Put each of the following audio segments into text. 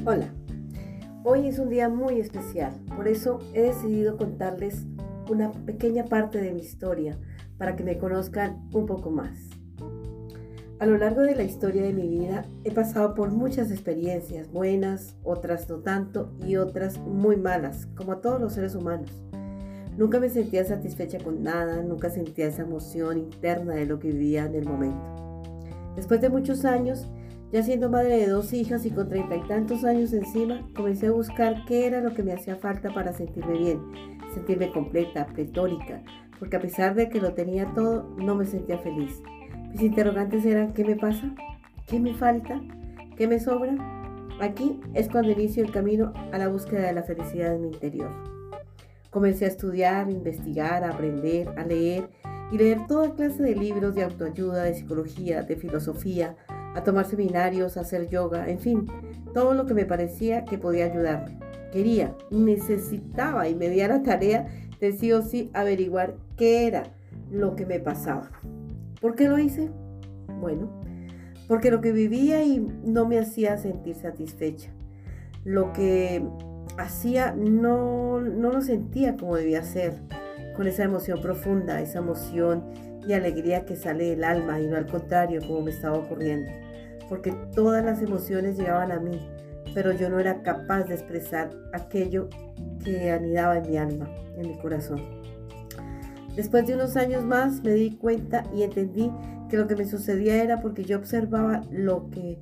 Hola, hoy es un día muy especial, por eso he decidido contarles una pequeña parte de mi historia para que me conozcan un poco más. A lo largo de la historia de mi vida he pasado por muchas experiencias, buenas, otras no tanto y otras muy malas, como a todos los seres humanos. Nunca me sentía satisfecha con nada, nunca sentía esa emoción interna de lo que vivía en el momento. Después de muchos años, ya siendo madre de 2 hijas y con 30 y tantos años encima, comencé a buscar qué era lo que me hacía falta para sentirme bien, sentirme completa, pletórica, porque a pesar de que lo tenía todo, no me sentía feliz. Mis interrogantes eran: ¿qué me pasa? ¿Qué me falta? ¿Qué me sobra? Aquí es cuando inicio el camino a la búsqueda de la felicidad en mi interior. Comencé a estudiar, a investigar, a aprender, a leer y leer toda clase de libros de autoayuda, de psicología, de filosofía, a tomar seminarios, a hacer yoga, en fin, todo lo que me parecía que podía ayudarme. Quería, necesitaba y me di a la tarea de sí o sí averiguar qué era lo que me pasaba. ¿Por qué lo hice? Bueno, porque lo que vivía y no me hacía sentir satisfecha. Lo que hacía no lo sentía como debía ser, con esa emoción profunda, esa emoción y alegría que sale del alma y no al contrario como me estaba ocurriendo, porque todas las emociones llegaban a mí, pero yo no era capaz de expresar aquello que anidaba en mi alma, en mi corazón. Después de unos años más me di cuenta y entendí que lo que me sucedía era porque yo observaba lo que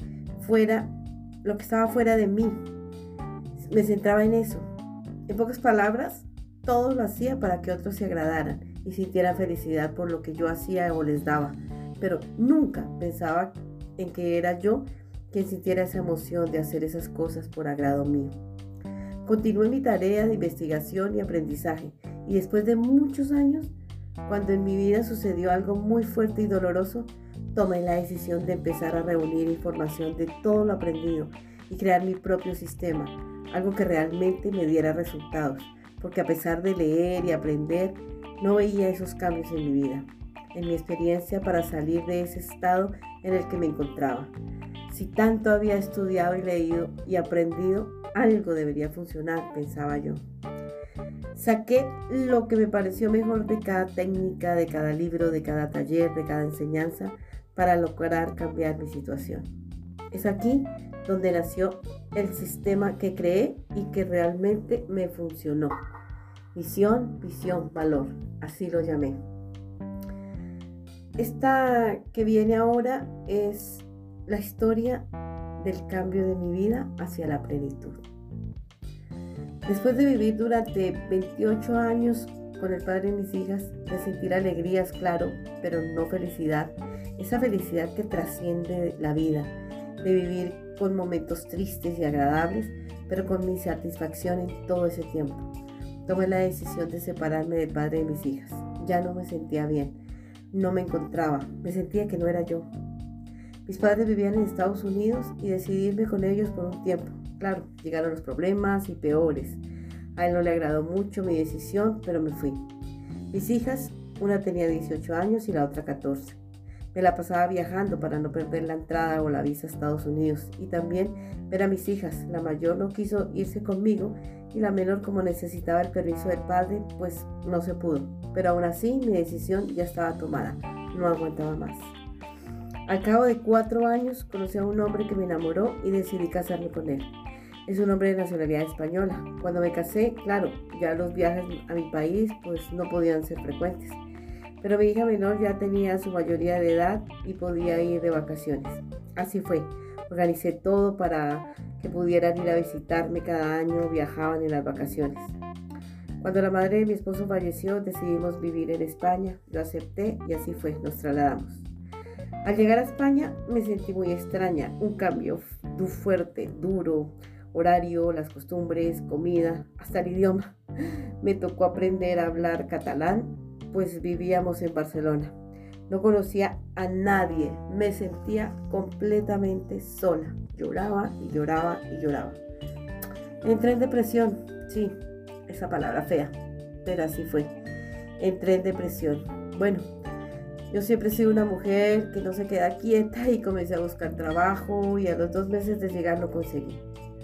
estaba fuera de mí. Me centraba en eso. En pocas palabras, todo lo hacía para que otros se agradaran y sintieran felicidad por lo que yo hacía o les daba, pero nunca pensaba en que era yo quien sintiera esa emoción de hacer esas cosas por agrado mío. Continué mi tarea de investigación y aprendizaje, y después de muchos años, cuando en mi vida sucedió algo muy fuerte y doloroso, tomé la decisión de empezar a reunir información de todo lo aprendido y crear mi propio sistema, algo que realmente me diera resultados, porque a pesar de leer y aprender, no veía esos cambios en mi vida, en mi experiencia para salir de ese estado en el que me encontraba. Si tanto había estudiado y leído y aprendido, algo debería funcionar, pensaba yo. Saqué lo que me pareció mejor de cada técnica, de cada libro, de cada taller, de cada enseñanza, para lograr cambiar mi situación. Es aquí donde nació el sistema que creé y que realmente me funcionó. Misión, visión, valor, así lo llamé. Esta que viene ahora es la historia del cambio de mi vida hacia la plenitud. Después de vivir durante 28 años con el padre de mis hijas, de sentir alegrías, claro, pero no felicidad, esa felicidad que trasciende la vida, de vivir con momentos tristes y agradables, pero con mi satisfacción en todo ese tiempo. Tomé la decisión de separarme del padre de mis hijas. Ya no me sentía bien, no me encontraba, me sentía que no era yo. Mis padres vivían en Estados Unidos y decidí irme con ellos por un tiempo. Claro, llegaron los problemas y peores. A él no le agradó mucho mi decisión, pero me fui. Mis hijas, una tenía 18 años y la otra 14. Me la pasaba viajando para no perder la entrada o la visa a Estados Unidos y también ver a mis hijas. La mayor no quiso irse conmigo y la menor, como necesitaba el permiso del padre, pues no se pudo. Pero aún así mi decisión ya estaba tomada, no aguantaba más. Al cabo de 4 años conocí a un hombre que me enamoró y decidí casarme con él. Es un hombre de nacionalidad española. Cuando me casé, claro, ya los viajes a mi país pues no podían ser frecuentes. Pero mi hija menor ya tenía su mayoría de edad y podía ir de vacaciones. Así fue, organicé todo para que pudieran ir a visitarme cada año, viajaban en las vacaciones. Cuando la madre de mi esposo falleció, decidimos vivir en España. Yo acepté y así fue, nos trasladamos. Al llegar a España me sentí muy extraña, un cambio fuerte, duro, horario, las costumbres, comida, hasta el idioma. Me tocó aprender a hablar catalán, pues vivíamos en Barcelona. No conocía a nadie, me sentía completamente sola. Lloraba y lloraba y lloraba. Entré en depresión, sí, esa palabra fea, pero así fue. Entré en depresión. Bueno, yo siempre he sido una mujer que no se queda quieta y comencé a buscar trabajo y a los 2 meses de llegar lo conseguí.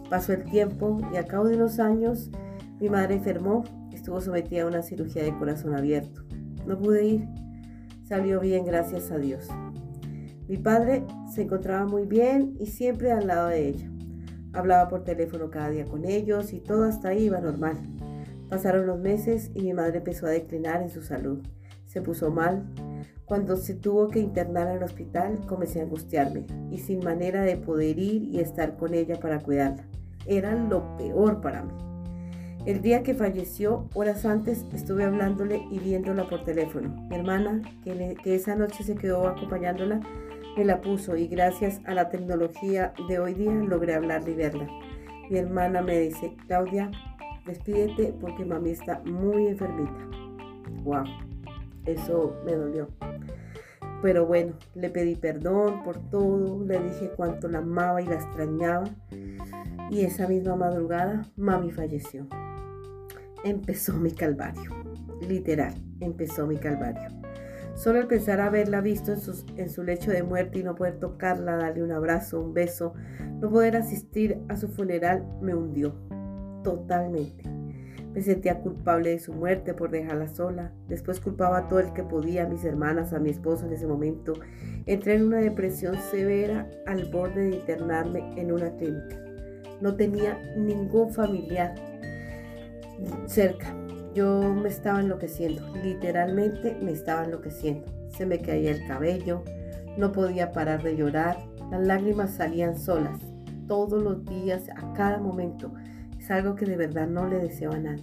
Pasó el tiempo y a cabo de unos años mi madre enfermó, estuvo sometida a una cirugía de corazón abierto. No pude ir, salió bien, gracias a Dios. Mi padre se encontraba muy bien y siempre al lado de ella. Hablaba por teléfono cada día con ellos y todo hasta ahí iba normal. Pasaron los meses y mi madre empezó a declinar en su salud. Se puso mal. Cuando se tuvo que internar en el hospital, comencé a angustiarme y sin manera de poder ir y estar con ella para cuidarla. Era lo peor para mí. El día que falleció, horas antes, estuve hablándole y viéndola por teléfono. Mi hermana, que esa noche se quedó acompañándola, me la puso y gracias a la tecnología de hoy día logré hablarle y verla. Mi hermana me dice: Claudia, despídete porque mami está muy enfermita. Wow, eso me dolió. Pero bueno, le pedí perdón por todo, le dije cuánto la amaba y la extrañaba. Y esa misma madrugada, mami falleció. Empezó mi calvario, literal, empezó mi calvario. Solo el pensar haberla visto en su lecho de muerte y no poder tocarla, darle un abrazo, un beso, no poder asistir a su funeral, me hundió totalmente. Me sentía culpable de su muerte por dejarla sola. Después culpaba a todo el que podía, a mis hermanas, a mi esposo en ese momento. Entré en una depresión severa al borde de internarme en una clínica. No tenía ningún familiar cerca. Yo me estaba enloqueciendo, literalmente me estaba enloqueciendo. Se me caía el cabello, no podía parar de llorar, las lágrimas salían solas, todos los días, a cada momento. Es algo que de verdad no le deseo a nadie.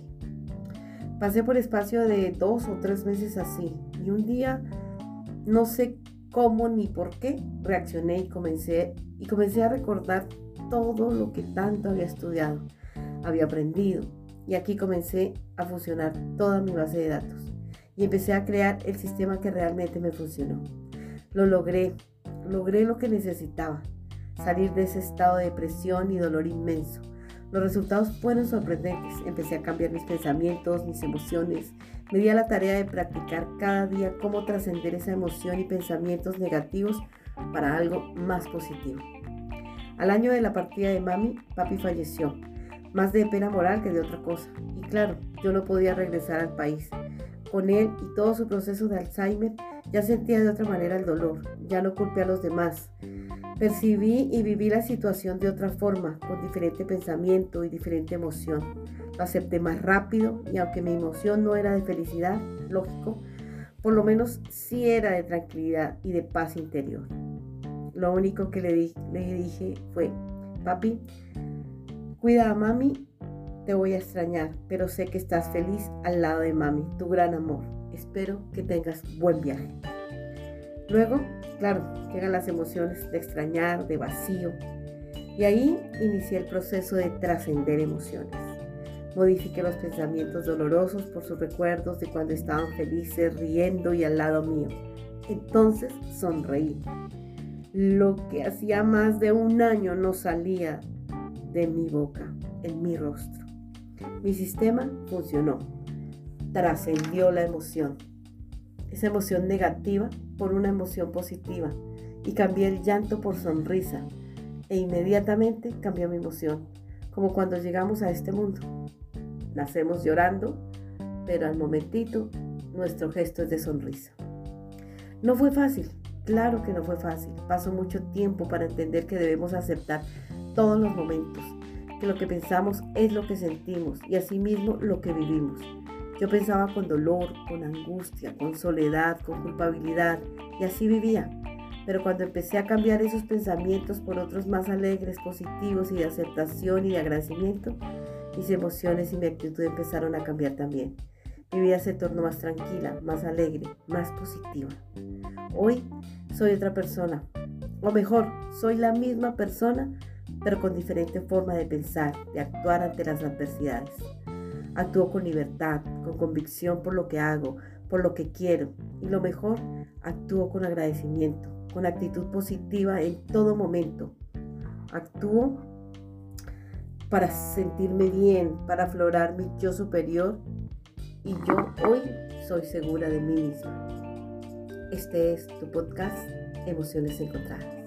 Pasé por espacio de 2 o 3 meses así, y un día, no sé cómo ni por qué, reaccioné y comencé a recordar todo lo que tanto había estudiado, había aprendido. Y aquí comencé a fusionar toda mi base de datos y empecé a crear el sistema que realmente me funcionó. Lo logré lo que necesitaba, salir de ese estado de depresión y dolor inmenso. Los resultados fueron sorprendentes. Empecé a cambiar mis pensamientos, mis emociones. Me di a la tarea de practicar cada día cómo trascender esa emoción y pensamientos negativos para algo más positivo. Al año de la partida de mami, papi falleció. Más de pena moral que de otra cosa. Y claro, yo no podía regresar al país. Con él y todo su proceso de Alzheimer, ya sentía de otra manera el dolor. Ya no culpé a los demás. Percibí y viví la situación de otra forma, con diferente pensamiento y diferente emoción. Lo acepté más rápido y aunque mi emoción no era de felicidad, lógico, por lo menos sí era de tranquilidad y de paz interior. Lo único que le dije fue: papi, cuida a mami, te voy a extrañar, pero sé que estás feliz al lado de mami, tu gran amor. Espero que tengas buen viaje. Luego, claro, llegan las emociones de extrañar, de vacío. Y ahí inicié el proceso de trascender emociones. Modifiqué los pensamientos dolorosos por sus recuerdos de cuando estaban felices, riendo y al lado mío. Entonces sonreí. Lo que hacía más de un año no salía de mi boca, en mi rostro. Mi sistema funcionó, trascendió la emoción, esa emoción negativa por una emoción positiva y cambié el llanto por sonrisa e inmediatamente cambió mi emoción, como cuando llegamos a este mundo. Nacemos llorando, pero al momentito nuestro gesto es de sonrisa. No fue fácil, claro que no fue fácil. Pasó mucho tiempo para entender que debemos aceptar todos los momentos, que lo que pensamos es lo que sentimos y asimismo lo que vivimos. Yo pensaba con dolor, con angustia, con soledad, con culpabilidad y así vivía. Pero cuando empecé a cambiar esos pensamientos por otros más alegres, positivos y de aceptación y de agradecimiento, mis emociones y mi actitud empezaron a cambiar también. Mi vida se tornó más tranquila, más alegre, más positiva. Hoy soy otra persona, o mejor, soy la misma persona, pero con diferente forma de pensar, de actuar ante las adversidades. Actúo con libertad, con convicción por lo que hago, por lo que quiero y lo mejor, actúo con agradecimiento, con actitud positiva en todo momento. Actúo para sentirme bien, para aflorar mi yo superior y yo hoy soy segura de mí misma. Este es tu podcast Emociones Encontradas.